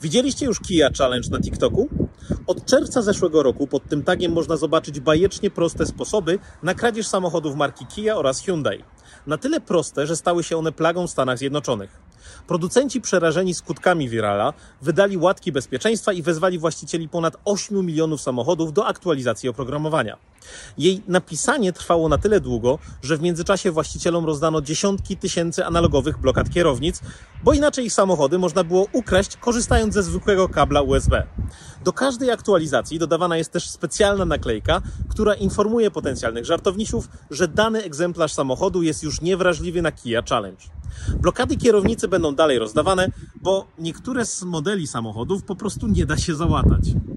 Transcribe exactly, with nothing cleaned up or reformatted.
Widzieliście już Kia Challenge na TikToku? Od czerwca zeszłego roku pod tym tagiem można zobaczyć bajecznie proste sposoby na kradzież samochodów marki Kia oraz Hyundai. Na tyle proste, że stały się one plagą w Stanach Zjednoczonych. Producenci przerażeni skutkami wirala wydali łatki bezpieczeństwa i wezwali właścicieli ponad ośmiu milionów samochodów do aktualizacji oprogramowania. Jej napisanie trwało na tyle długo, że w międzyczasie właścicielom rozdano dziesiątki tysięcy analogowych blokad kierownic, bo inaczej ich samochody można było ukraść, korzystając ze zwykłego kabla U S B. Do każdej aktualizacji dodawana jest też specjalna naklejka, która informuje potencjalnych żartownisiów, że dany egzemplarz samochodu jest już niewrażliwy na Kia Challenge. Blokady kierownicy będą dalej rozdawane, bo niektóre z modeli samochodów po prostu nie da się załatać.